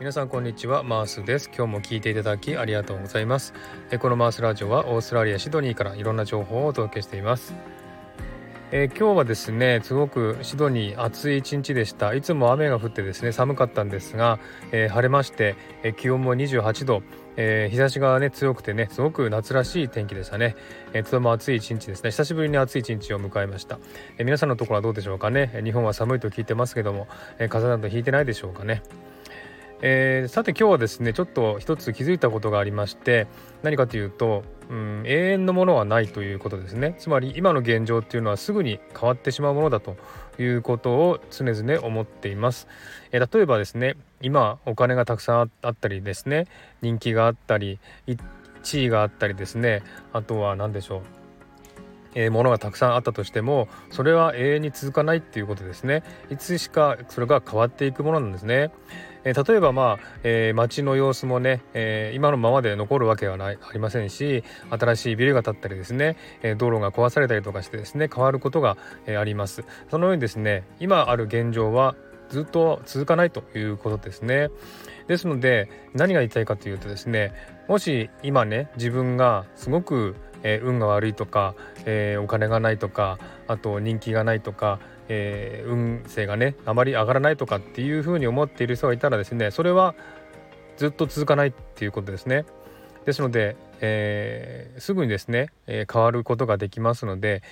皆さんこんにちは、マースです。今日も聞いていただきありがとうございます。このマースラジオはオーストラリアシドニーからいろんな情報をお届けしています。今日はですね、すごくシドニー暑い一日でした。いつも雨が降ってですね、寒かったんですが、晴れまして、気温も28度、日差しがね強くてね、すごく夏らしい天気でしたね。とても暑い一日ですね。久しぶりに暑い一日を迎えました。皆さんのところはどうでしょうかね。日本は寒いと聞いてますけども、風邪などひいてないでしょうかね。さて今日はですね、ちょっと一つ気づいたことがありまして、何かというと、永遠のものはないということですね。つまり今の現状っていうのはすぐに変わってしまうものだということを常々思っています。例えばですね、今お金がたくさんあったりですね、人気があったり、地位があったりですね、あとは何でしょう、ものがたくさんあったとしても、それは永遠に続かないっていうことですね。いつしかそれが変わっていくものなんですね。例えば街の様子もね、今のままで残るわけはありませんし、新しいビルが建ったりですね、道路が壊されたりとかしてですね、変わることが、あります。そのようにですね、今ある現状はずっと続かないということですね。ですので何が言いたいかというとですね、もし今ね、自分がすごく運が悪いとか、お金がないとか、あと人気がないとか、運勢がねあまり上がらないとかっていうふうに思っている人がいたらですね、それはずっと続かないっていうことですね。ですので、すぐにですね、変わることができますので、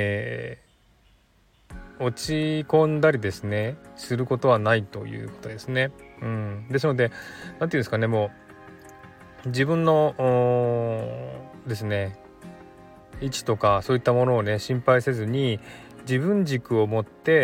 落ち込んだりですねすることはないということですね。ですので、なんていうんですかね、もう自分のですね位置とかそういったものをね心配せずに、自分軸を持って、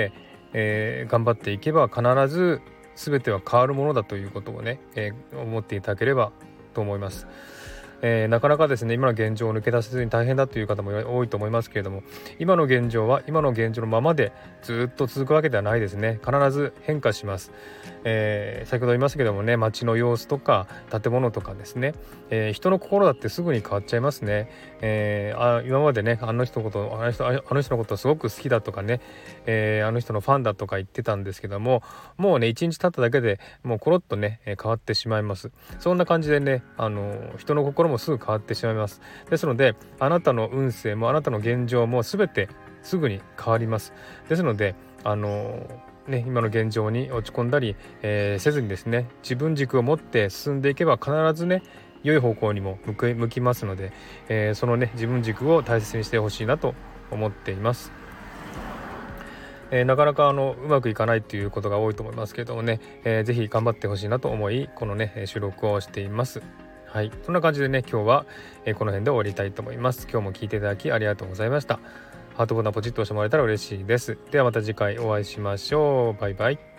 頑張っていけば必ず全ては変わるものだということをね、思っていただければと思います。なかなかですね、今の現状を抜け出せずに大変だという方も多いと思いますけれども、今の現状は今の現状のままでずっと続くわけではないですね。必ず変化します。先ほど言いましたけどもね、街の様子とか建物とかですね、人の心だってすぐに変わっちゃいますね。今までね、あの人のことすごく好きだとかね、あの人のファンだとか言ってたんですけども、もうね一日経っただけでもうコロッとね、変わってしまいます。そんな感じでね、人の心もすぐ変わってしまいます。ですので、あなたの運勢もあなたの現状も全てすぐに変わります。ですので、今の現状に落ち込んだり、せずにですね、自分軸を持って進んでいけば必ずね良い方向にも向きますので、そのね自分軸を大切にしてほしいなと思っています。なかなかうまくいかないっていうことが多いと思いますけれどもね、ぜひ頑張ってほしいなと思い、このね収録をしています。はい、そんな感じでね今日は、この辺で終わりたいと思います。今日も聞いていただきありがとうございました。ハートボタンポチッと押してもらえたら嬉しいです。ではまた次回お会いしましょう。バイバイ。